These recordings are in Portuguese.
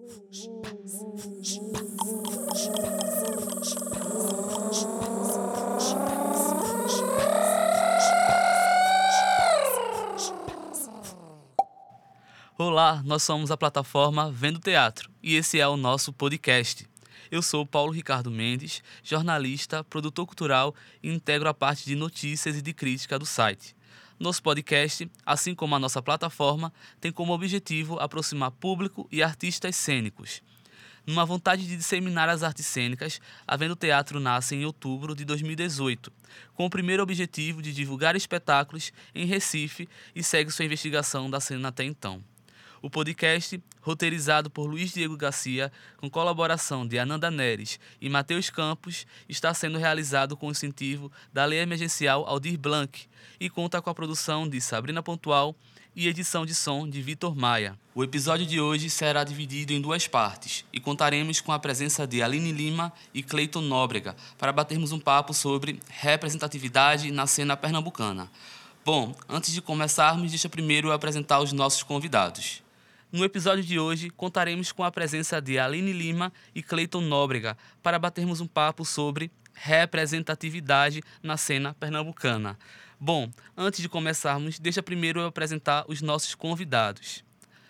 Olá, nós somos a plataforma Vendo Teatro e esse é o nosso podcast. Eu sou Paulo Ricardo Mendes, jornalista, produtor cultural e integro a parte de notícias e de crítica do site. Nosso podcast, assim como a nossa plataforma, tem como objetivo aproximar público e artistas cênicos. Numa vontade de disseminar as artes cênicas, a Vendo Teatro nasce em outubro de 2018, com o primeiro objetivo de divulgar espetáculos em Recife e segue sua investigação da cena até então. O podcast, roteirizado por Luiz Diego Garcia, com colaboração de Ananda Neres e Matheus Campos, está sendo realizado com incentivo da Lei Emergencial Aldir Blanc e conta com a produção de Sabrina Pontual e edição de som de Vitor Maia. O episódio de hoje será dividido em duas partes e contaremos com a presença de Aline Lima e Cleiton Nóbrega para batermos um papo sobre representatividade na cena pernambucana. Bom, antes de começarmos, deixa primeiro eu apresentar os nossos convidados. No episódio de hoje, contaremos com a presença de Aline Lima e Cleiton Nóbrega para batermos um papo sobre representatividade na cena pernambucana. Bom, antes de começarmos, deixa primeiro eu apresentar os nossos convidados.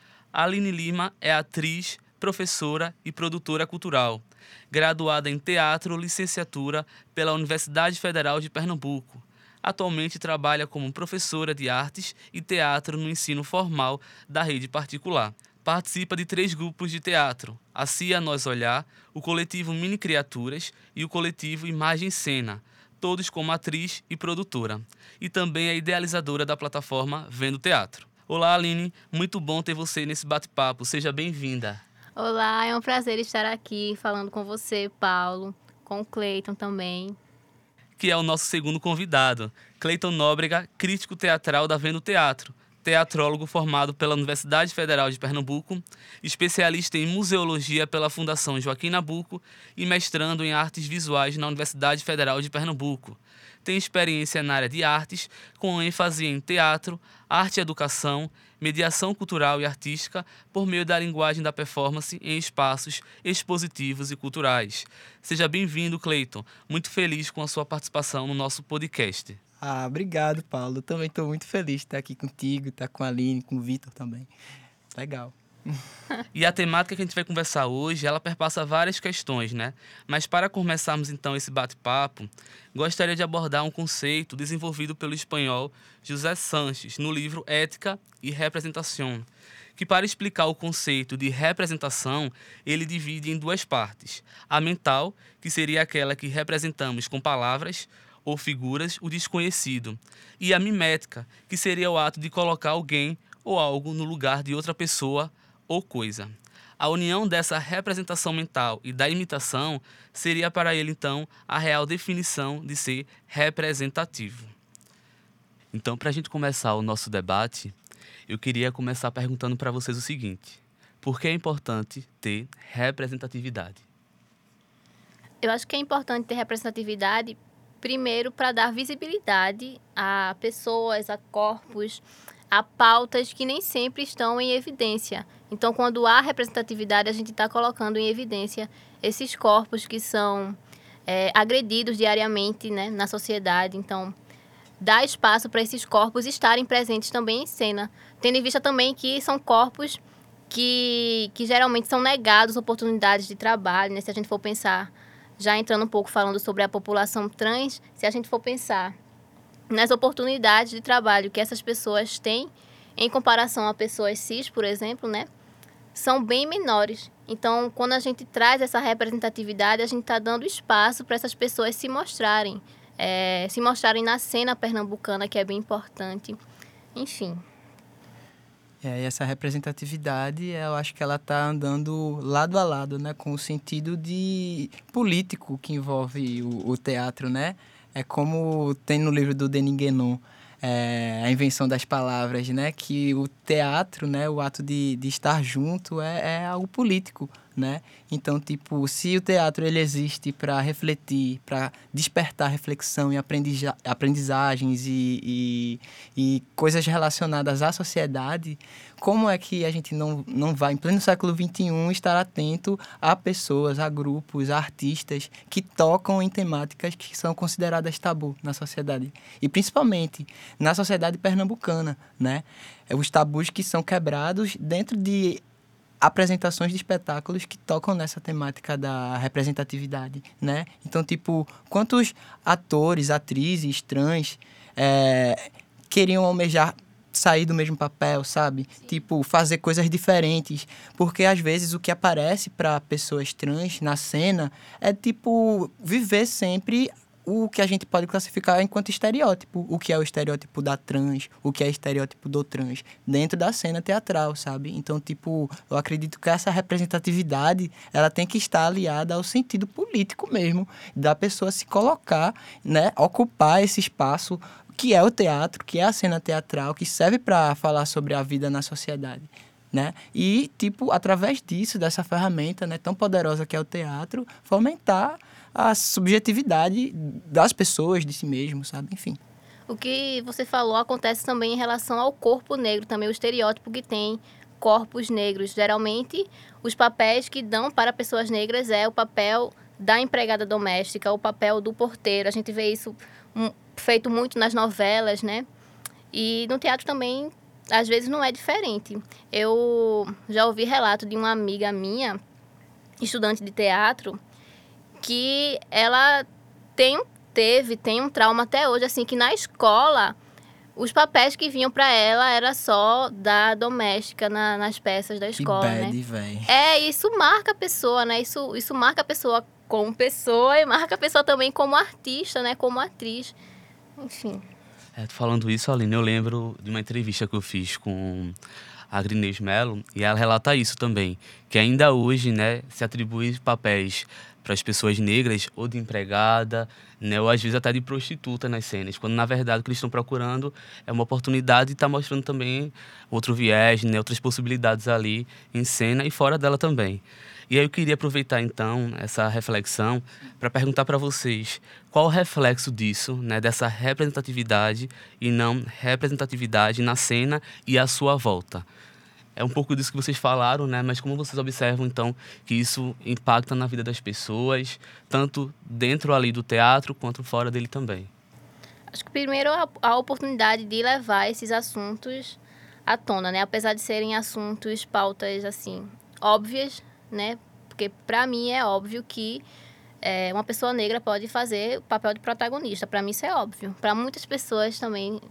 Aline Lima é atriz, professora e produtora cultural, graduada em Teatro Licenciatura pela Universidade Federal de Pernambuco. Atualmente trabalha como professora de artes e teatro no ensino formal da rede particular. Participa de 3 grupos de teatro, a CIA Nós Olhar, o coletivo Mini Criaturas e o coletivo Imagem Cena, todos como atriz e produtora. E também é idealizadora da plataforma Vendo Teatro. Olá, Aline, muito bom ter você nesse bate-papo, seja bem-vinda. Olá, é um prazer estar aqui falando com você, Paulo, com o Cleiton também. Que é o nosso segundo convidado, Cleiton Nóbrega, crítico teatral da Vendo Teatro, teatrólogo formado pela Universidade Federal de Pernambuco, especialista em museologia pela Fundação Joaquim Nabuco e mestrando em artes visuais na Universidade Federal de Pernambuco. Tem experiência na área de artes, com ênfase em teatro, arte e educação, mediação cultural e artística por meio da linguagem da performance em espaços expositivos e culturais. Seja bem-vindo, Cleiton. Muito feliz com a sua participação no nosso podcast. Obrigado, Paulo. Eu também estou muito feliz de estar aqui contigo, estar com a Aline, com o Vitor também. Legal. E a temática que a gente vai conversar hoje, ela perpassa várias questões, né? Mas para começarmos então esse bate-papo, gostaria de abordar um conceito desenvolvido pelo espanhol José Sanches no livro Ética e Representação, que para explicar o conceito de representação, ele divide em 2 partes. A mental, que seria aquela que representamos com palavras ou figuras o desconhecido, e a mimética, que seria o ato de colocar alguém ou algo no lugar de outra pessoa ou coisa. A união dessa representação mental e da imitação seria para ele, então, a real definição de ser representativo. Então, para a gente começar o nosso debate, eu queria começar perguntando para vocês o seguinte: por que é importante ter representatividade? Eu acho que é importante ter representatividade, primeiro, para dar visibilidade a pessoas, a corpos, a pautas que nem sempre estão em evidência. Então, quando há representatividade, a gente está colocando em evidência esses corpos que são agredidos diariamente, né, na sociedade. Então, dá espaço para esses corpos estarem presentes também em cena, tendo em vista também que são corpos que geralmente são negados oportunidades de trabalho, né? Se a gente for pensar, já entrando um pouco falando sobre a população trans, se a gente for pensar nas oportunidades de trabalho que essas pessoas têm em comparação a pessoas cis, por exemplo, né, são bem menores. Então, quando a gente traz essa representatividade, a gente está dando espaço para essas pessoas se mostrarem na cena pernambucana, que é bem importante. Enfim. E essa representatividade, eu acho que ela está andando lado a lado, né, com o sentido de político que envolve o teatro, né? É como tem no livro do Denis Guénon, a invenção das palavras, né? Que o teatro, né, o ato de estar junto é algo político, né? Então, tipo, se o teatro ele existe para refletir, para despertar reflexão e aprendizagens e coisas relacionadas à sociedade, como é que a gente não vai, em pleno século XXI, estar atento a pessoas, a grupos, a artistas que tocam em temáticas que são consideradas tabu na sociedade? E principalmente na sociedade pernambucana, né? Os tabus que são quebrados dentro de apresentações de espetáculos que tocam nessa temática da representatividade, né? Então, tipo, quantos atores, atrizes, trans queriam almejar sair do mesmo papel, sabe? Sim. Tipo, fazer coisas diferentes. Porque, às vezes, o que aparece para pessoas trans na cena é, tipo, viver sempre o que a gente pode classificar enquanto estereótipo. O que é o estereótipo da trans, o que é o estereótipo do trans, dentro da cena teatral, sabe? Então, tipo, eu acredito que essa representatividade, ela tem que estar aliada ao sentido político mesmo, da pessoa se colocar, né? Ocupar esse espaço que é o teatro, que é a cena teatral, que serve para falar sobre a vida na sociedade, né? E, tipo, através disso, dessa ferramenta, né, tão poderosa que é o teatro, fomentar a subjetividade das pessoas, de si mesmo, sabe? Enfim. O que você falou acontece também em relação ao corpo negro, também o estereótipo que tem corpos negros. Geralmente, os papéis que dão para pessoas negras é o papel da empregada doméstica, o papel do porteiro. A gente vê isso feito muito nas novelas, né? E no teatro também, às vezes, não é diferente. Eu já ouvi relato de uma amiga minha, estudante de teatro, que ela tem um trauma até hoje, assim, que na escola os papéis que vinham para ela era só da doméstica nas peças da escola, que bad, né? Véi. Isso marca a pessoa, né? Isso marca a pessoa como pessoa e marca a pessoa também como artista, né? Como atriz. Enfim. Falando isso, Aline, eu lembro de uma entrevista que eu fiz com a Grinês Melo, e ela relata isso também, que ainda hoje, né, se atribui papéis para as pessoas negras, ou de empregada, né, ou às vezes até de prostituta nas cenas, quando na verdade o que eles estão procurando é uma oportunidade e está mostrando também outro viés, né, outras possibilidades ali em cena e fora dela também. E aí eu queria aproveitar então essa reflexão para perguntar para vocês qual o reflexo disso, né, dessa representatividade e não representatividade na cena e à sua volta. É um pouco disso que vocês falaram, né? Mas como vocês observam, então, que isso impacta na vida das pessoas, tanto dentro ali do teatro, quanto fora dele também? Acho que primeiro a oportunidade de levar esses assuntos à tona, né? Apesar de serem assuntos, pautas, assim, óbvias, né? Porque, para mim, é óbvio que uma pessoa negra pode fazer o papel de protagonista. Para mim, isso é óbvio. Para muitas pessoas também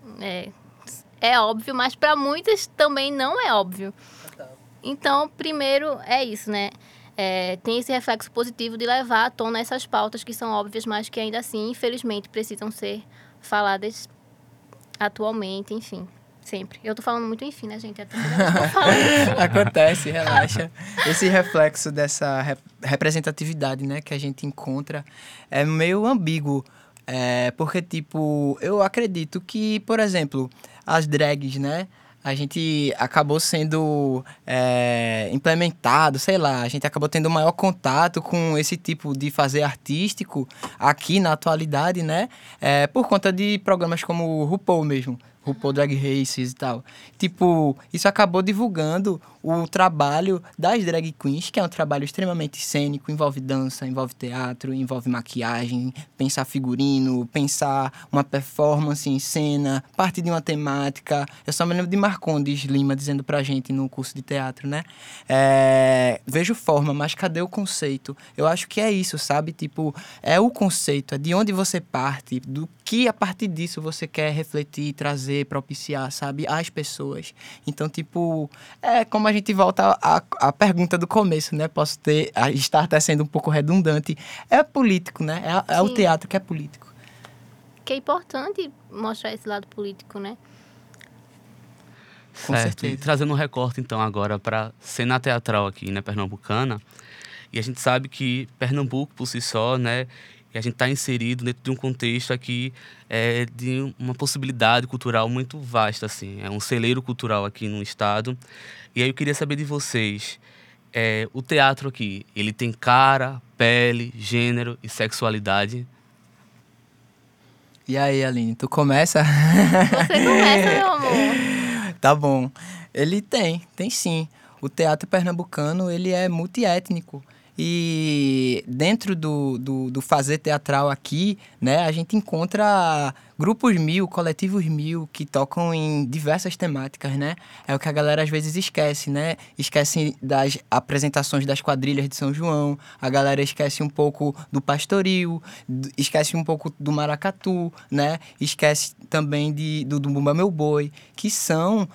é óbvio, mas para muitas também não é óbvio. Então, primeiro é isso, né? Tem esse reflexo positivo de levar à tona essas pautas que são óbvias, mas que ainda assim, infelizmente, precisam ser faladas atualmente, enfim, sempre. Eu tô falando muito enfim, né, gente? É a terceira vez que eu falo. Acontece, relaxa. Esse reflexo dessa representatividade, né, que a gente encontra é meio ambíguo. Porque, tipo, eu acredito que, por exemplo, as drags, né? A gente acabou sendo implementado, sei lá, a gente acabou tendo maior contato com esse tipo de fazer artístico aqui na atualidade, né? Por conta de programas como o RuPaul mesmo. RuPaul Drag Races e tal. Tipo, isso acabou divulgando o trabalho das drag queens, que é um trabalho extremamente cênico, envolve dança, envolve teatro, envolve maquiagem, pensar figurino, pensar uma performance em cena, parte de uma temática. Eu só me lembro de Marcondes Lima dizendo pra gente no curso de teatro, né? Vejo forma, mas cadê o conceito? Eu acho que é isso, sabe? Tipo, é o conceito, é de onde você parte, do que a partir disso você quer refletir, trazer, propiciar, sabe, às pessoas. Então, tipo, como a gente volta à pergunta do começo, né? Posso estar até sendo um pouco redundante. É político, né? É o teatro que é político. Que é importante mostrar esse lado político, né? Com certeza. E trazendo um recorte, então, agora para cena teatral aqui, né, pernambucana. E a gente sabe que Pernambuco, por si só, né, e a gente está inserido dentro de um contexto aqui de uma possibilidade cultural muito vasta, assim. É um celeiro cultural aqui no estado. E aí eu queria saber de vocês, o teatro aqui, ele tem cara, pele, gênero e sexualidade? E aí, Aline, tu começa? Você começa, meu amor. Tá bom. Ele tem sim. O teatro pernambucano, ele é multiétnico. E dentro do fazer teatral aqui, né, a gente encontra grupos mil, coletivos mil, que tocam em diversas temáticas, né? É o que a galera às vezes esquece, né? Esquece das apresentações das quadrilhas de São João, a galera esquece um pouco do pastoril, esquece um pouco do maracatu, né? Esquece também do Bumba Meu Boi, que são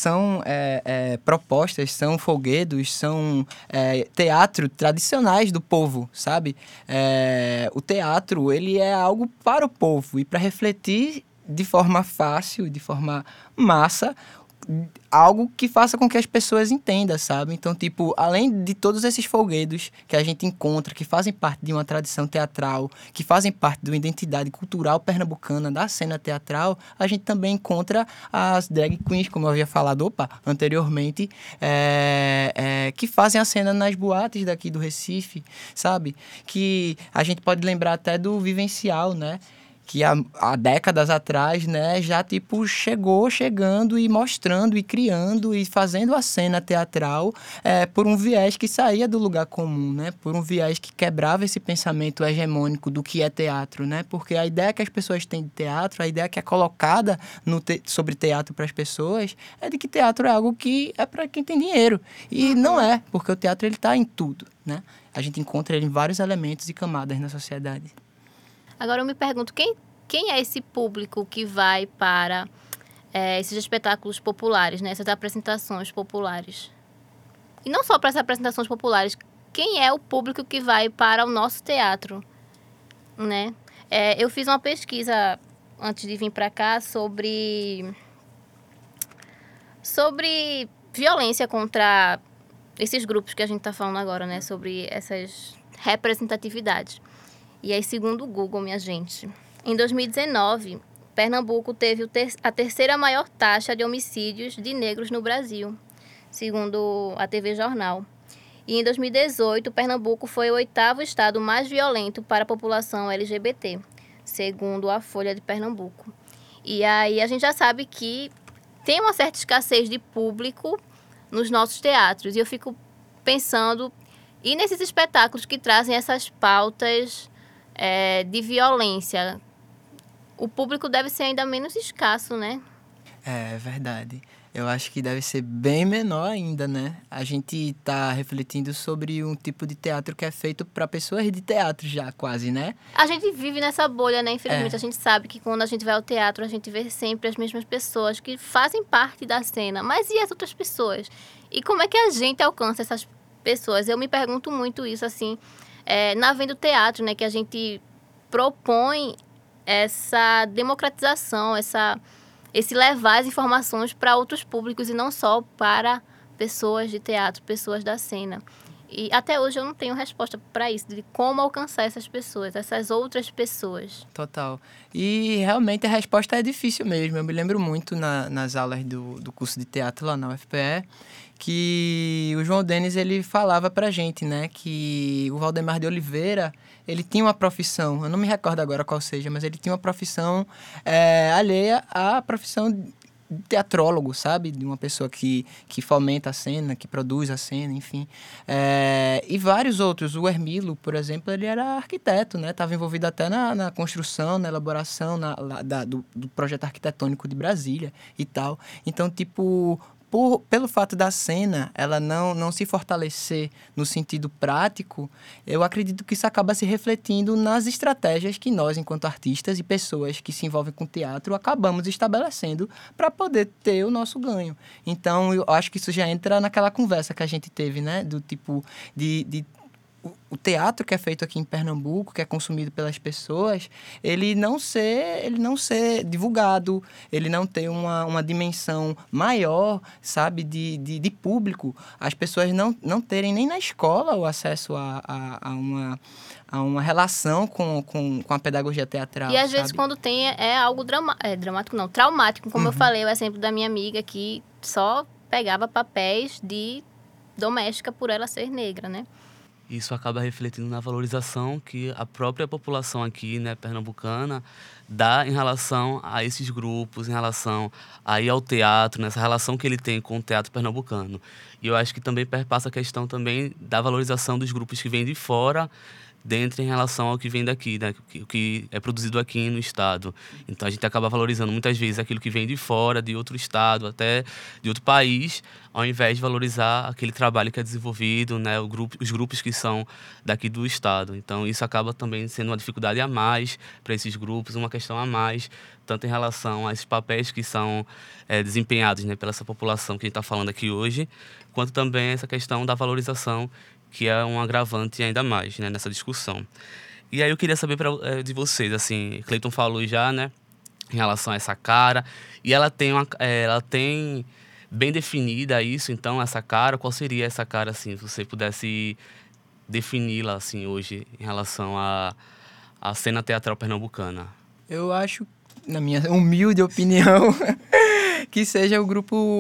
propostas, são folguedos, são teatro tradicionais do povo, sabe? O teatro, ele é algo para o povo e para refletir de forma fácil, de forma massa, algo que faça com que as pessoas entendam, sabe? Então, tipo, além de todos esses folguedos que a gente encontra, que fazem parte de uma tradição teatral, que fazem parte de uma identidade cultural pernambucana da cena teatral, a gente também encontra as drag queens, como eu havia falado, anteriormente, que fazem a cena nas boates daqui do Recife, sabe? Que a gente pode lembrar até do Vivencial, né? Que há décadas atrás, né, já tipo chegando e mostrando e criando e fazendo a cena teatral por um viés que saía do lugar comum, né, por um viés que quebrava esse pensamento hegemônico do que é teatro, né, porque a ideia que as pessoas têm de teatro, a ideia que é colocada sobre teatro para as pessoas é de que teatro é algo que é para quem tem dinheiro, e não é, porque o teatro ele está em tudo, né, a gente encontra ele em vários elementos e camadas na sociedade. Agora eu me pergunto, quem é esse público que vai para esses espetáculos populares, né? Essas apresentações populares? E não só para essas apresentações populares, quem é o público que vai para o nosso teatro, né? Eu fiz uma pesquisa antes de vir para cá sobre violência contra esses grupos que a gente está falando agora, né? Sobre essas representatividades. E aí, segundo o Google, minha gente, em 2019, Pernambuco teve a terceira maior taxa de homicídios de negros no Brasil, segundo a TV Jornal. E em 2018, Pernambuco foi o 8º estado mais violento para a população LGBT, segundo a Folha de Pernambuco. E aí a gente já sabe que tem uma certa escassez de público nos nossos teatros. E eu fico pensando, e nesses espetáculos que trazem essas pautas de violência, o público deve ser ainda menos escasso, né? É verdade. Eu acho que deve ser bem menor ainda, né? A gente está refletindo sobre um tipo de teatro que é feito para pessoas de teatro já, quase, né? A gente vive nessa bolha, né? Infelizmente, a gente sabe que quando a gente vai ao teatro, a gente vê sempre as mesmas pessoas que fazem parte da cena. Mas e as outras pessoas? E como é que a gente alcança essas pessoas? Eu me pergunto muito isso, assim, na Vendo Teatro, né? Que a gente propõe essa democratização, esse levar as informações para outros públicos e não só para pessoas de teatro, pessoas da cena. E até hoje eu não tenho resposta para isso, de como alcançar essas pessoas, essas outras pessoas. Total. E realmente a resposta é difícil mesmo. Eu me lembro muito nas aulas do curso de teatro lá na UFPE, que o João Denis, ele falava pra gente, né, que o Valdemar de Oliveira, ele tinha uma profissão, eu não me recordo agora qual seja, mas ele tinha uma profissão alheia à profissão de teatrólogo, sabe? De uma pessoa que fomenta a cena, que produz a cena, enfim. E vários outros. O Hermilo, por exemplo, ele era arquiteto, né? Estava envolvido até na construção, na elaboração do projeto arquitetônico de Brasília e tal. Então, tipo, pelo fato da cena ela não se fortalecer no sentido prático, eu acredito que isso acaba se refletindo nas estratégias que nós, enquanto artistas e pessoas que se envolvem com teatro, acabamos estabelecendo para poder ter o nosso ganho. Então, eu acho que isso já entra naquela conversa que a gente teve, né? Do tipo o teatro que é feito aqui em Pernambuco, que é consumido pelas pessoas, ele não ser divulgado, ele não ter uma dimensão maior, sabe, de público. As pessoas não terem nem na escola o acesso a uma relação com a pedagogia teatral. E às vezes quando tem é algo dramático não, traumático, como eu falei, o exemplo da minha amiga que só pegava papéis de doméstica por ela ser negra, né? Isso acaba refletindo na valorização que a própria população aqui, né, pernambucana, dá em relação a esses grupos, em relação aí ao teatro, nessa relação que ele tem com o teatro pernambucano. E eu acho que também perpassa a questão também da valorização dos grupos que vêm de fora, dentro em relação ao que vem daqui, né? O que é produzido aqui no estado. Então a gente acaba valorizando muitas vezes aquilo que vem de fora, de outro estado, até de outro país, ao invés de valorizar aquele trabalho que é desenvolvido, né? Os grupos que são daqui do estado. Então isso acaba também sendo uma dificuldade a mais para esses grupos, uma questão a mais, tanto em relação a esses papéis que são desempenhados, né, pela essa população que a gente está falando aqui hoje, quanto também essa questão da valorização, que é um agravante ainda mais, né, nessa discussão. E aí eu queria saber de vocês, assim, Cleiton falou já, né, em relação a essa cara, e ela tem bem definida isso, então, essa cara. Qual seria essa cara, assim, se você pudesse defini-la, assim, hoje, em relação à cena teatral pernambucana? Eu acho, na minha humilde opinião, que seja o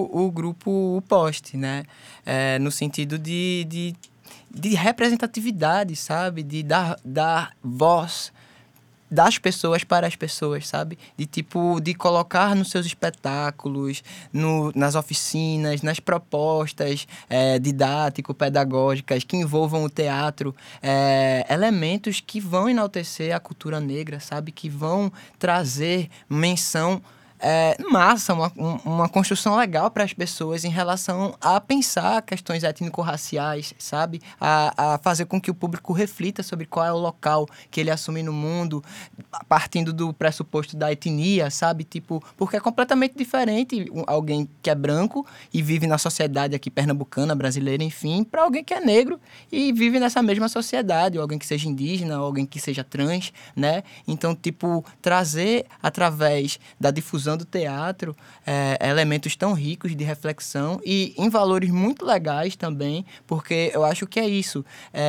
grupo Poste, né? No sentido de representatividade, sabe? De dar voz das pessoas para as pessoas, sabe? De colocar nos seus espetáculos, nas oficinas, nas propostas didático-pedagógicas que envolvam o teatro, elementos que vão enaltecer a cultura negra, sabe? Que vão trazer menção massa, uma construção legal para as pessoas em relação a pensar questões étnico-raciais, sabe? A fazer com que o público reflita sobre qual é o local que ele assume no mundo, partindo do pressuposto da etnia, sabe? Porque é completamente diferente alguém que é branco e vive na sociedade aqui pernambucana, brasileira, enfim, para alguém que é negro e vive nessa mesma sociedade, ou alguém que seja indígena, ou alguém que seja trans, né? Então, trazer através da difusão do teatro elementos tão ricos de reflexão e em valores muito legais também, porque eu acho que é isso.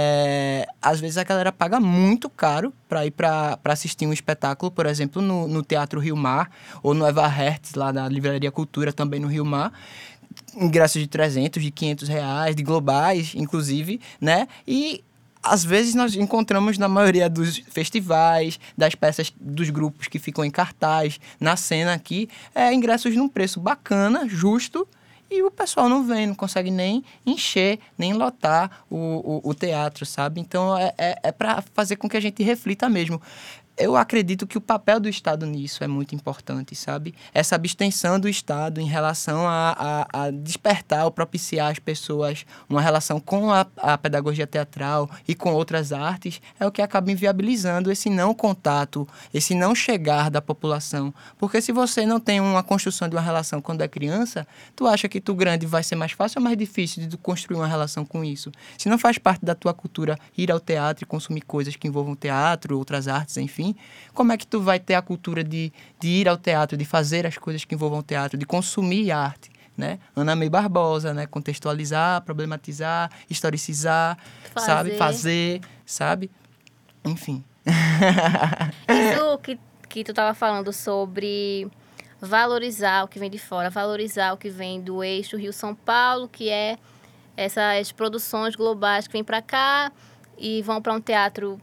Às vezes a galera paga muito caro para ir para assistir um espetáculo, por exemplo, no Teatro Rio Mar, ou no Eva Hertz, lá na Livraria Cultura, também no Rio Mar, ingressos de 300, de 500 reais, de globais, inclusive, né? E às vezes nós encontramos na maioria dos festivais, das peças dos grupos que ficam em cartaz, na cena aqui, ingressos num preço bacana, justo, e o pessoal não vem, não consegue nem encher, nem lotar o teatro, sabe? Então é para fazer com que a gente reflita mesmo. Eu acredito que o papel do Estado nisso é muito importante, sabe? Essa abstenção do Estado em relação a despertar ou propiciar às pessoas uma relação com a pedagogia teatral e com outras artes é o que acaba inviabilizando esse não contato, esse não chegar da população. Porque se você não tem uma construção de uma relação quando é criança, tu acha que tu grande vai ser mais fácil ou mais difícil de tu construir uma relação com isso? Se não faz parte da tua cultura ir ao teatro e consumir coisas que envolvam teatro, outras artes, enfim, como é que tu vai ter a cultura de ir ao teatro, de fazer as coisas que envolvam teatro, de consumir arte, né? Ana May Barbosa, né? Contextualizar, problematizar, historicizar, fazer, sabe? Enfim. Isso que tu estava falando sobre valorizar o que vem de fora, valorizar o que vem do eixo Rio-São Paulo, que é essas produções globais que vêm para cá e vão para um teatro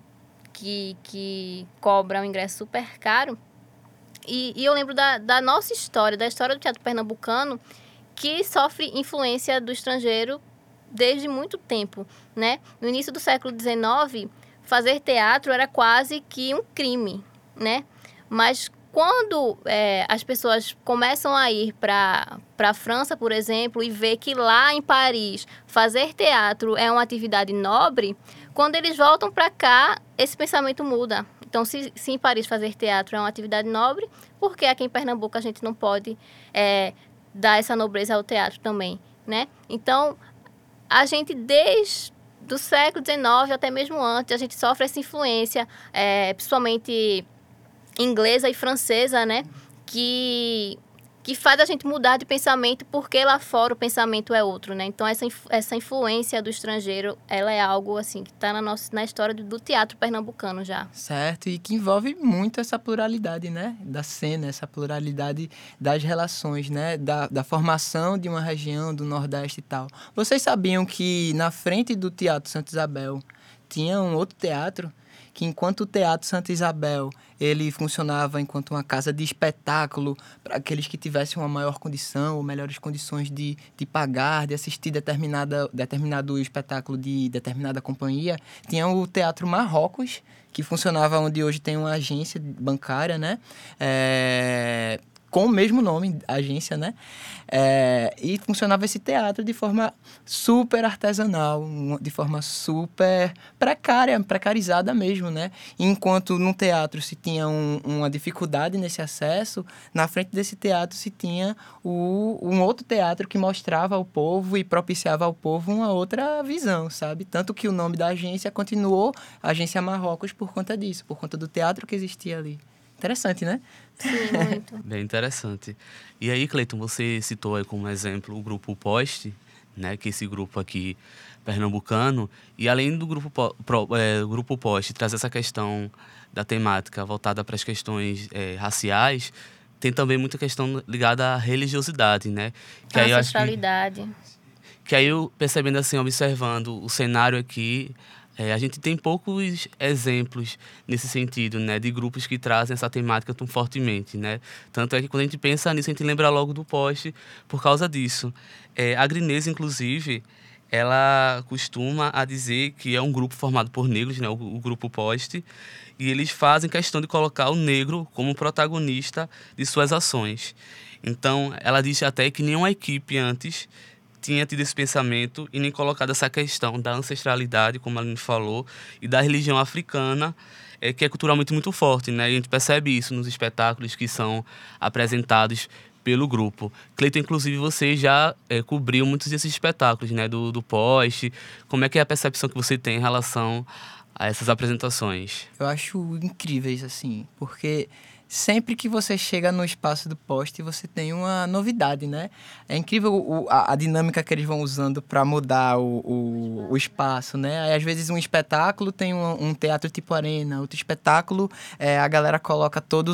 que cobra um ingresso super caro. E eu lembro da nossa história, da história do teatro pernambucano, que sofre influência do estrangeiro desde muito tempo, né? No início do século XIX, fazer teatro era quase que um crime, né? Mas quando as pessoas começam a ir para a França, por exemplo, e ver que lá em Paris fazer teatro é uma atividade nobre, quando eles voltam para cá, esse pensamento muda. Então, se em Paris fazer teatro é uma atividade nobre, por que aqui em Pernambuco a gente não pode dar essa nobreza ao teatro também, né? Então, a gente, desde do século XIX até mesmo antes, a gente sofre essa influência, principalmente inglesa e francesa, né? Que que faz a gente mudar de pensamento, porque lá fora o pensamento é outro, né? Então, essa influência do estrangeiro, ela é algo, assim, que está na história do teatro pernambucano já. Certo, e que envolve muito essa pluralidade, né? Da cena, essa pluralidade das relações, né? Da formação de uma região, do Nordeste e tal. Vocês sabiam que na frente do Teatro Santa Isabel tinha um outro teatro? Que enquanto o Teatro Santa Isabel ele funcionava enquanto uma casa de espetáculo para aqueles que tivessem uma maior condição ou melhores condições de pagar, de assistir determinado espetáculo de determinada companhia, tinha o Teatro Marrocos, que funcionava onde hoje tem uma agência bancária, né? Com o mesmo nome, agência, né? E funcionava esse teatro de forma super artesanal, de forma super precarizada mesmo, né? Enquanto no teatro se tinha uma dificuldade nesse acesso, na frente desse teatro se tinha um outro teatro que mostrava ao povo e propiciava ao povo uma outra visão, sabe? Tanto que o nome da agência continuou Agência Marrocos por conta disso, por conta do teatro que existia ali. Interessante, né? Sim, muito. Bem interessante. E aí, Cleiton, você citou aí como exemplo o Grupo Poste, né, que é esse grupo aqui pernambucano, e além do Grupo Poste trazer essa questão da temática voltada para as questões raciais, tem também muita questão ligada à religiosidade, né? Que A aí ancestralidade. que aí eu percebendo assim, observando o cenário aqui, a gente tem poucos exemplos nesse sentido, né, de grupos que trazem essa temática tão fortemente, né? Tanto é que quando a gente pensa nisso, a gente lembra logo do Poste por causa disso. A Grinesa, inclusive, ela costuma a dizer que é um grupo formado por negros, né, o Grupo Poste, e eles fazem questão de colocar o negro como protagonista de suas ações. Então, ela diz até que nenhuma equipe antes tinha tido esse pensamento e nem colocado essa questão da ancestralidade, como a Aline falou, e da religião africana, que é culturalmente muito forte, né? E a gente percebe isso nos espetáculos que são apresentados pelo grupo. Cleiton, inclusive, você já cobriu muitos desses espetáculos, né? Do Poste. Como é que é a percepção que você tem em relação a essas apresentações? Eu acho incríveis, assim, porque sempre que você chega no espaço do Poste, você tem uma novidade, né? É incrível a dinâmica que eles vão usando para mudar o espaço, né? Aí, às vezes, um espetáculo tem um teatro tipo arena, outro espetáculo, a galera coloca todos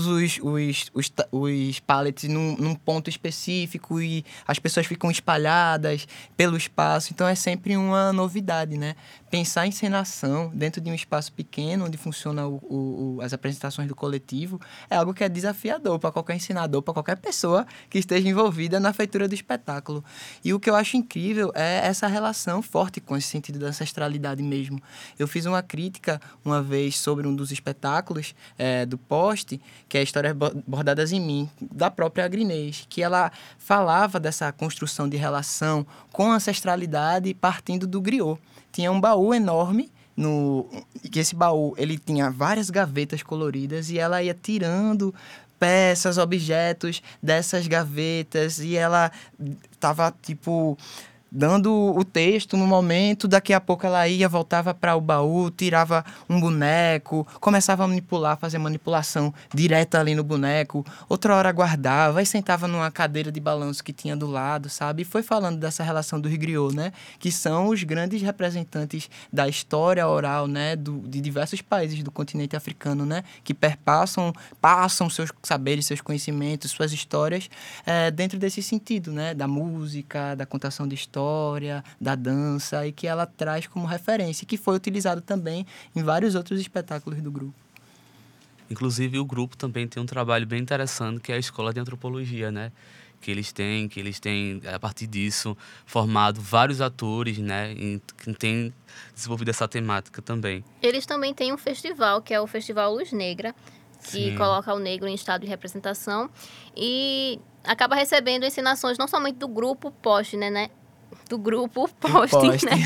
os pallets num ponto específico e as pessoas ficam espalhadas pelo espaço. Então, é sempre uma novidade, né? Pensar em encenação dentro de um espaço pequeno, onde funcionam as apresentações do coletivo, é algo que é desafiador para qualquer ensinador, para qualquer pessoa que esteja envolvida na feitura do espetáculo. E o que eu acho incrível é essa relação forte com esse sentido da ancestralidade mesmo. Eu fiz uma crítica uma vez sobre um dos espetáculos do Poste, que é Histórias Bordadas em Mim, da própria Agrinês, que ela falava dessa construção de relação com a ancestralidade partindo do griot. Tinha um baú enorme, que esse baú ele tinha várias gavetas coloridas e ela ia tirando peças, objetos dessas gavetas e ela estava, tipo, dando o texto no momento, daqui a pouco ela voltava para o baú, tirava um boneco, começava a manipular, fazer manipulação direta ali no boneco, outra hora guardava e sentava numa cadeira de balanço que tinha do lado, sabe? E foi falando dessa relação dos griots, né? Que são os grandes representantes da história oral, né? De diversos países do continente africano, né? Que passam seus saberes, seus conhecimentos, suas histórias dentro desse sentido, né? Da música, da contação de história, da dança, e que ela traz como referência, que foi utilizado também em vários outros espetáculos do grupo. Inclusive, o grupo também tem um trabalho bem interessante, que é a Escola de Antropologia, né? Que eles têm, a partir disso, formado vários atores, né? Que têm desenvolvido essa temática também. Eles também têm um festival, que é o Festival Luz Negra, que Sim. coloca o negro em estado de representação e acaba recebendo ensinações não somente do Grupo Poste, né? Do Grupo Poste, né?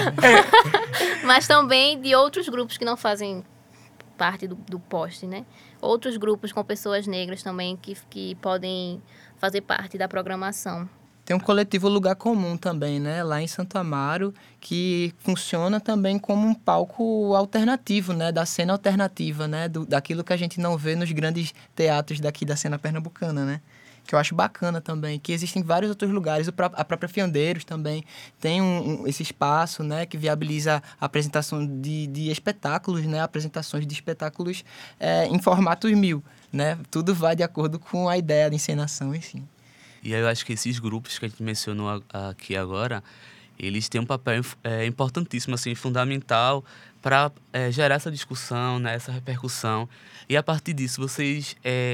Mas também de outros grupos que não fazem parte do Poste, né? Outros grupos com pessoas negras também que podem fazer parte da programação. Tem um coletivo Lugar Comum também, né? Lá em Santo Amaro, que funciona também como um palco alternativo, né? Da cena alternativa, né? Daquilo que a gente não vê nos grandes teatros daqui da cena pernambucana, né? que eu acho bacana também, que existem vários outros lugares, a própria Fiandeiros também tem esse espaço, né, que viabiliza a apresentação de espetáculos, né, apresentações de espetáculos em formatos 1000, né, tudo vai de acordo com a ideia de encenação, enfim. E aí eu acho que esses grupos que a gente mencionou aqui agora, eles têm um papel importantíssimo, assim, fundamental para gerar essa discussão, né, essa repercussão. E a partir disso, vocês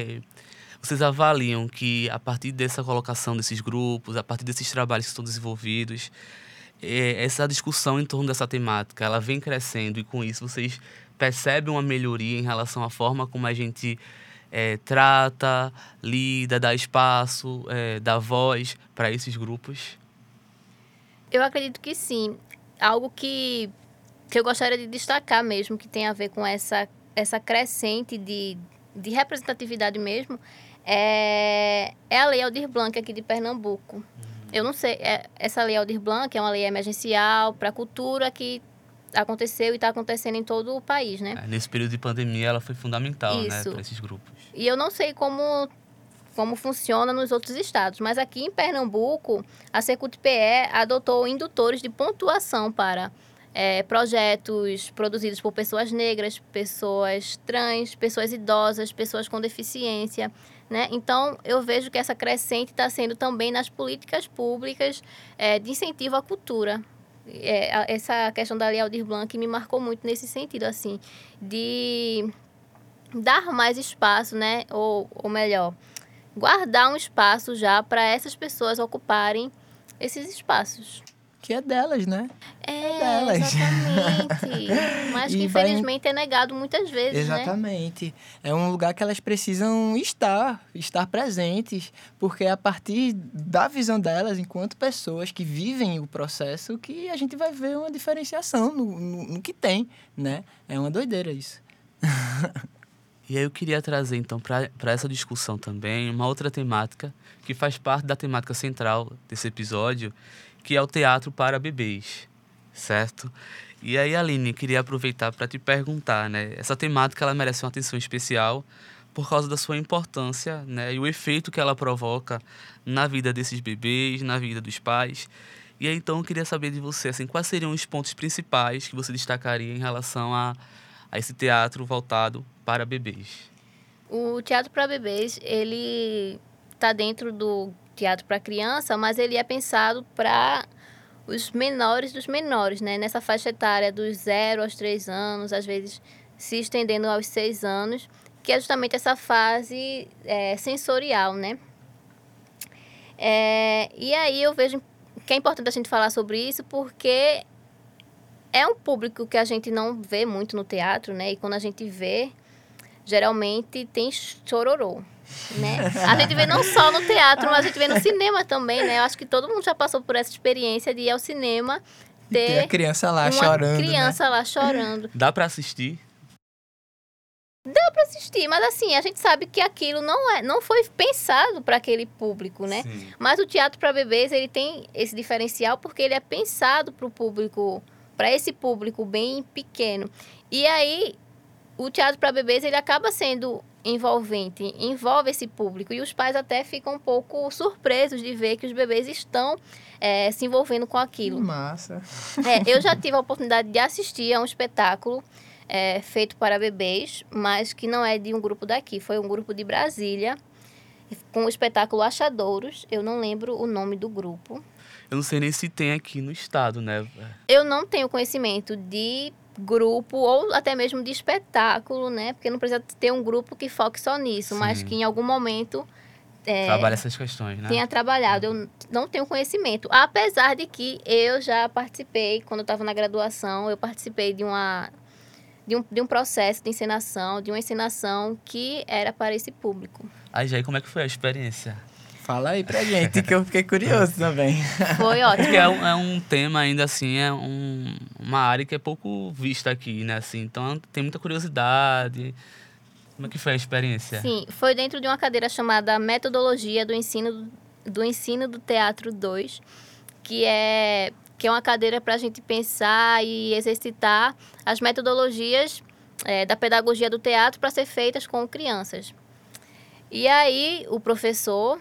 avaliam que, a partir dessa colocação desses grupos, a partir desses trabalhos que estão desenvolvidos, essa discussão em torno dessa temática, ela vem crescendo, e com isso vocês percebem uma melhoria em relação à forma como a gente trata, lida, dá espaço, dá voz para esses grupos? Eu acredito que sim. Algo que eu gostaria de destacar mesmo, que tem a ver com essa crescente de representatividade mesmo, é a Lei Aldir Blanc aqui de Pernambuco. Eu não sei, essa Lei Aldir Blanc é uma lei emergencial para a cultura que aconteceu e está acontecendo em todo o país, né? Nesse período de pandemia, ela foi fundamental, né, Isso. para esses grupos. E eu não sei como funciona nos outros estados, mas aqui em Pernambuco, a Secult-PE adotou indutores de pontuação para projetos produzidos por pessoas negras, pessoas trans, pessoas idosas, pessoas com deficiência, né? Então, eu vejo que essa crescente está sendo também nas políticas públicas de incentivo à cultura. Essa questão da Lei Aldir Blanc me marcou muito nesse sentido, assim, de dar mais espaço, né? Ou melhor, guardar um espaço já para essas pessoas ocuparem esses espaços. Que é delas, né? Delas. Exatamente. Mas que infelizmente é negado muitas vezes, exatamente. Né? É um lugar que elas precisam estar presentes, porque é a partir da visão delas, enquanto pessoas que vivem o processo, que a gente vai ver uma diferenciação no que tem, né? É uma doideira isso. E aí eu queria trazer, então, para essa discussão também, uma outra temática que faz parte da temática central desse episódio, que é o teatro para bebês, certo? E aí, Aline, queria aproveitar para te perguntar, né? Essa temática, ela merece uma atenção especial por causa da sua importância, né? E o efeito que ela provoca na vida desses bebês, na vida dos pais. E aí, então, eu queria saber de você, assim, quais seriam os pontos principais que você destacaria em relação a esse teatro voltado para bebês? O teatro para bebês, ele está dentro do teatro para criança, mas ele é pensado para os menores dos menores, né? Nessa faixa etária dos 0 aos 3 anos, às vezes se estendendo aos 6 anos, que é justamente essa fase sensorial, né? E aí eu vejo que é importante a gente falar sobre isso, porque é um público que a gente não vê muito no teatro, né? E quando a gente vê, geralmente tem chororô, né? A gente vê não só no teatro, mas a gente vê no cinema também, né? Eu acho que todo mundo já passou por essa experiência de ir ao cinema, ter a criança lá chorando, uma criança lá chorando. Dá para assistir? Dá para assistir, mas assim, a gente sabe que aquilo não foi pensado para aquele público, né? Sim. Mas o teatro para bebês, ele tem esse diferencial porque ele é pensado para o público, para esse público bem pequeno. E aí, o teatro para bebês, ele acaba sendo envolvente, envolve esse público. E os pais até ficam um pouco surpresos de ver que os bebês estão se envolvendo com aquilo. Massa. Eu já tive a oportunidade de assistir a um espetáculo feito para bebês, mas que não é de um grupo daqui. Foi um grupo de Brasília, com o espetáculo Achadouros. Eu não lembro o nome do grupo. Eu não sei nem se tem aqui no estado, né? Eu não tenho conhecimento de grupo ou até mesmo de espetáculo, né? Porque não precisa ter um grupo que foque só nisso, Sim. mas que em algum momento trabalha essas questões, né? Tenha trabalhado. Eu não tenho conhecimento. Apesar de que eu já participei, quando eu estava na graduação, eu participei de um processo de encenação, de uma encenação que era para esse público. Aí, Jair, como é que foi a experiência? Fala aí pra gente, que eu fiquei curioso também. Foi ótimo. Porque é um tema ainda assim, uma área que é pouco vista aqui, né? Assim, então tem muita curiosidade. Como é que foi a experiência? Sim, foi dentro de uma cadeira chamada Metodologia do Ensino do Teatro 2, que é uma cadeira para a gente pensar e exercitar as metodologias da pedagogia do teatro para ser feitas com crianças. E aí, o professor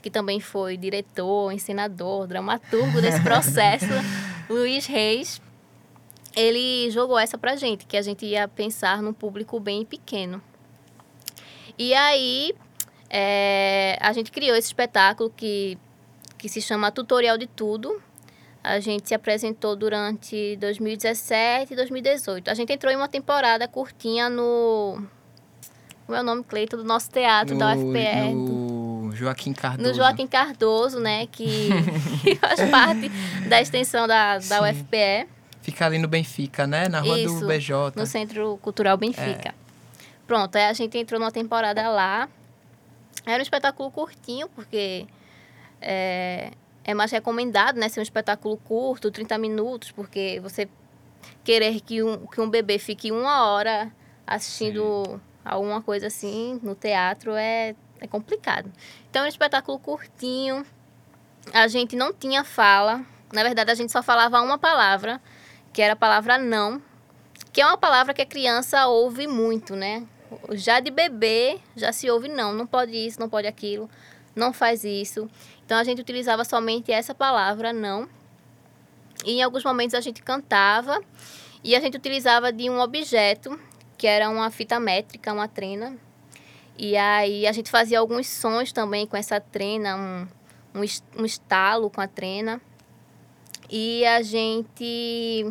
que também foi diretor, encenador, dramaturgo desse processo, Luiz Reis, ele jogou essa pra gente, que a gente ia pensar num público bem pequeno. E aí, a gente criou esse espetáculo que se chama Tutorial de Tudo. A gente se apresentou durante 2017 e 2018. A gente entrou em uma temporada curtinha no... Como é o nome, Cleiton? Do nosso teatro, da UFPE. No Joaquim Cardoso. No Joaquim Cardoso, né? Que faz parte da extensão da UFPE. Fica ali no Benfica, né? Na rua do BJ. No Centro Cultural Benfica. Pronto, aí a gente entrou numa temporada lá. Era um espetáculo curtinho, porque é mais recomendado, né? Ser um espetáculo curto, 30 minutos, porque você querer que um bebê fique 1 hora assistindo alguma coisa assim no teatro é complicado. Então, era um espetáculo curtinho. A gente não tinha fala. Na verdade, a gente só falava uma palavra, que era a palavra não, que é uma palavra que a criança ouve muito, né? Já de bebê, já se ouve não pode isso, não pode aquilo, não faz isso. Então, a gente utilizava somente essa palavra, não. E, em alguns momentos, a gente cantava e a gente utilizava de um objeto, que era uma fita métrica, uma trena. E aí, a gente fazia alguns sons também com essa trena, um estalo com a trena. E a gente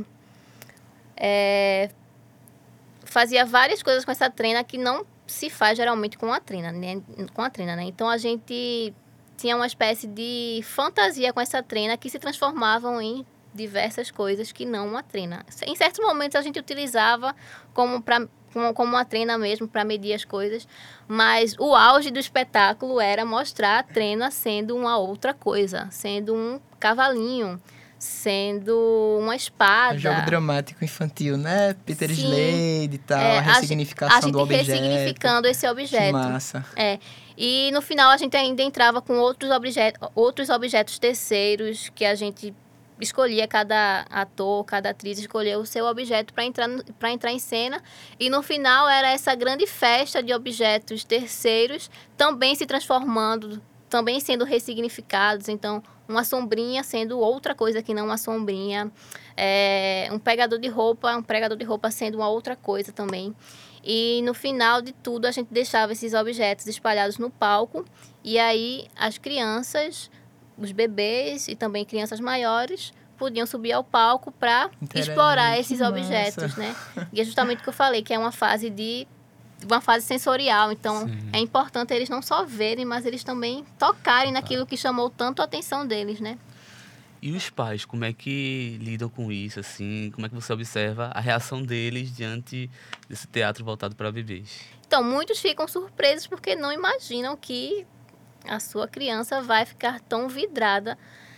fazia várias coisas com essa trena que não se faz geralmente com a trena, né? Então, a gente tinha uma espécie de fantasia com essa trena que se transformavam em diversas coisas que não uma trena. Em certos momentos, a gente utilizava como uma trena mesmo, para medir as coisas, mas o auge do espetáculo era mostrar a trena sendo uma outra coisa, sendo um cavalinho, sendo uma espada. Jogo dramático infantil, né? Peter Slade e tal, a ressignificação do objeto. A gente ressignificando esse objeto. Que massa. E no final a gente ainda entrava com outros objetos terceiros que a gente escolhia, cada ator, cada atriz escolheu o seu objeto para entrar em cena. E no final era essa grande festa de objetos terceiros também se transformando, também sendo ressignificados. Então, uma sombrinha sendo outra coisa que não uma sombrinha. Um pregador de roupa sendo uma outra coisa também. E no final de tudo, a gente deixava esses objetos espalhados no palco. E aí, as crianças, os bebês e também crianças maiores podiam subir ao palco para explorar esses objetos, né? E é justamente o que eu falei, que é uma fase sensorial. Então, é importante eles não só verem, mas eles também tocarem naquilo que chamou tanto a atenção deles, né? E os pais, como é que lidam com isso, assim? Como é que você observa a reação deles diante desse teatro voltado para bebês? Então, muitos ficam surpresos porque não imaginam que a sua criança vai ficar tão vidrada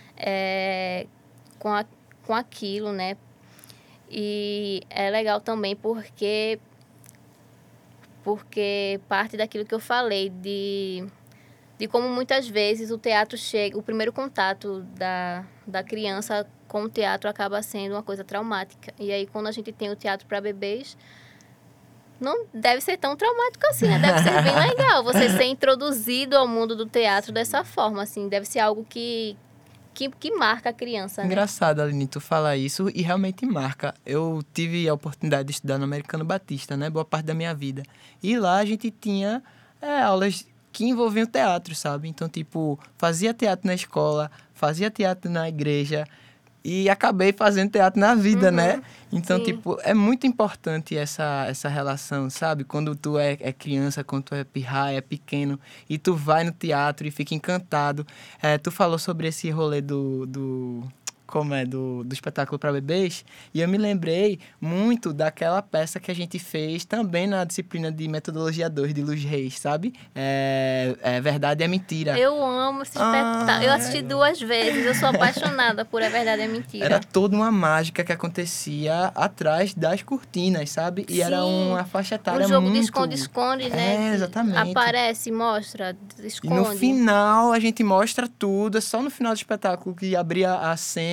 com aquilo, né? E é legal também porque parte daquilo que eu falei, de como muitas vezes o teatro chega, o primeiro contato da criança com o teatro acaba sendo uma coisa traumática. E aí, quando a gente tem o teatro para bebês, não deve ser tão traumático assim, né? Deve ser bem legal você ser introduzido ao mundo do teatro dessa forma, assim. Deve ser algo que marca a criança, né? Engraçado, Aline, tu falar isso e realmente marca. Eu tive a oportunidade de estudar no Americano Batista, né? Boa parte da minha vida. E lá a gente tinha aulas que envolviam teatro, sabe? Então, tipo, fazia teatro na escola, fazia teatro na igreja e acabei fazendo teatro na vida, né? Então, tipo, é muito importante essa relação, sabe? Quando tu é criança, quando tu é pirraia, é pequeno, e tu vai no teatro e fica encantado. Tu falou sobre esse rolê do espetáculo para bebês, e eu me lembrei muito daquela peça que a gente fez também na disciplina de Metodologia 2 de Luiz Reis, sabe? Verdade é Mentira. Eu amo esse espetáculo. Eu assisti 2 vezes, eu sou apaixonada por A Verdade é Mentira. Era toda uma mágica que acontecia atrás das cortinas, sabe? E era uma faixa etária muito... Um jogo de esconde-esconde, né? Exatamente. Aparece, mostra, esconde. E no final a gente mostra tudo, é só no final do espetáculo que abria a cena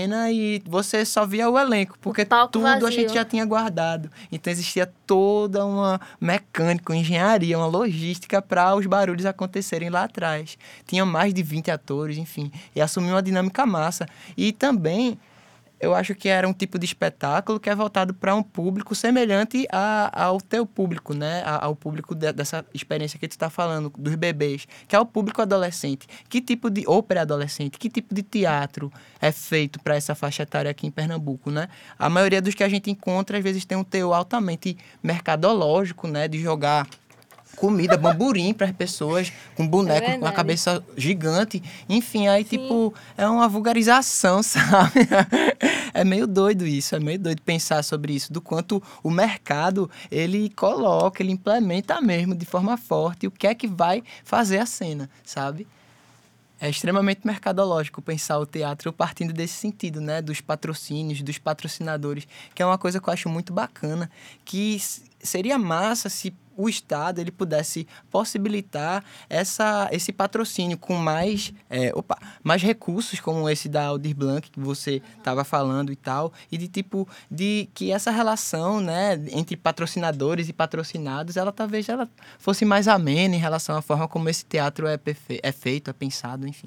cena e você só via o elenco, porque tudo vazio. A gente já tinha guardado. Então existia toda uma mecânica, uma engenharia, uma logística para os barulhos acontecerem lá atrás. Tinha mais de 20 atores, enfim, e assumiu uma dinâmica massa. E também eu acho que era um tipo de espetáculo que é voltado para um público semelhante ao teu público, né? Ao público dessa experiência que tu está falando, dos bebês, que é o público adolescente. Que tipo de... ou pré-adolescente, que tipo de teatro é feito para essa faixa etária aqui em Pernambuco, né? A maioria dos que a gente encontra, às vezes, tem um teor altamente mercadológico, né? De jogar comida, bamburim para as pessoas, com boneco com a cabeça gigante. Enfim, aí, tipo, é uma vulgarização, sabe? É meio doido isso, é meio doido pensar sobre isso, do quanto o mercado, ele coloca, ele implementa mesmo de forma forte o que é que vai fazer a cena, sabe? É extremamente mercadológico pensar o teatro partindo desse sentido, né? Dos patrocínios, dos patrocinadores, que é uma coisa que eu acho muito bacana, que seria massa se o Estado ele pudesse possibilitar esse patrocínio com mais recursos, como esse da Aldir Blanc, que você estava falando e tal, e de que essa relação, né, entre patrocinadores e patrocinados, talvez ela fosse mais amena em relação à forma como esse teatro é feito, é pensado, enfim.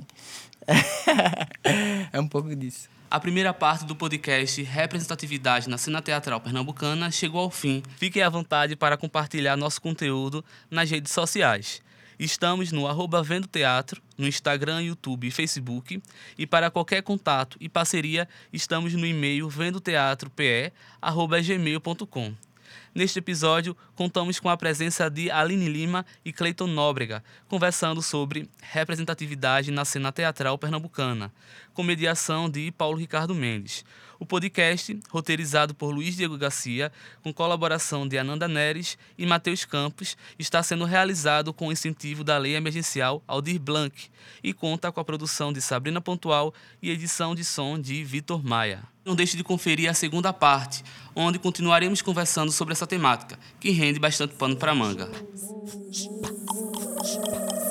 É um pouco disso. A primeira parte do podcast Representatividade na Cena Teatral Pernambucana chegou ao fim. Fiquem à vontade para compartilhar nosso conteúdo nas redes sociais. Estamos no @vendoteatro, no Instagram, YouTube e Facebook. E para qualquer contato e parceria, estamos no e-mail vendoteatrope@gmail.com. Neste episódio, contamos com a presença de Aline Lima e Cleiton Nóbrega, conversando sobre representatividade na cena teatral pernambucana, com mediação de Paulo Ricardo Mendes. O podcast, roteirizado por Luiz Diego Garcia, com colaboração de Ananda Neres e Matheus Campos, está sendo realizado com incentivo da Lei Emergencial Aldir Blanc e conta com a produção de Sabrina Pontual e edição de som de Vitor Maia. Não deixe de conferir a segunda parte, onde continuaremos conversando sobre essa temática, que rende bastante pano para manga.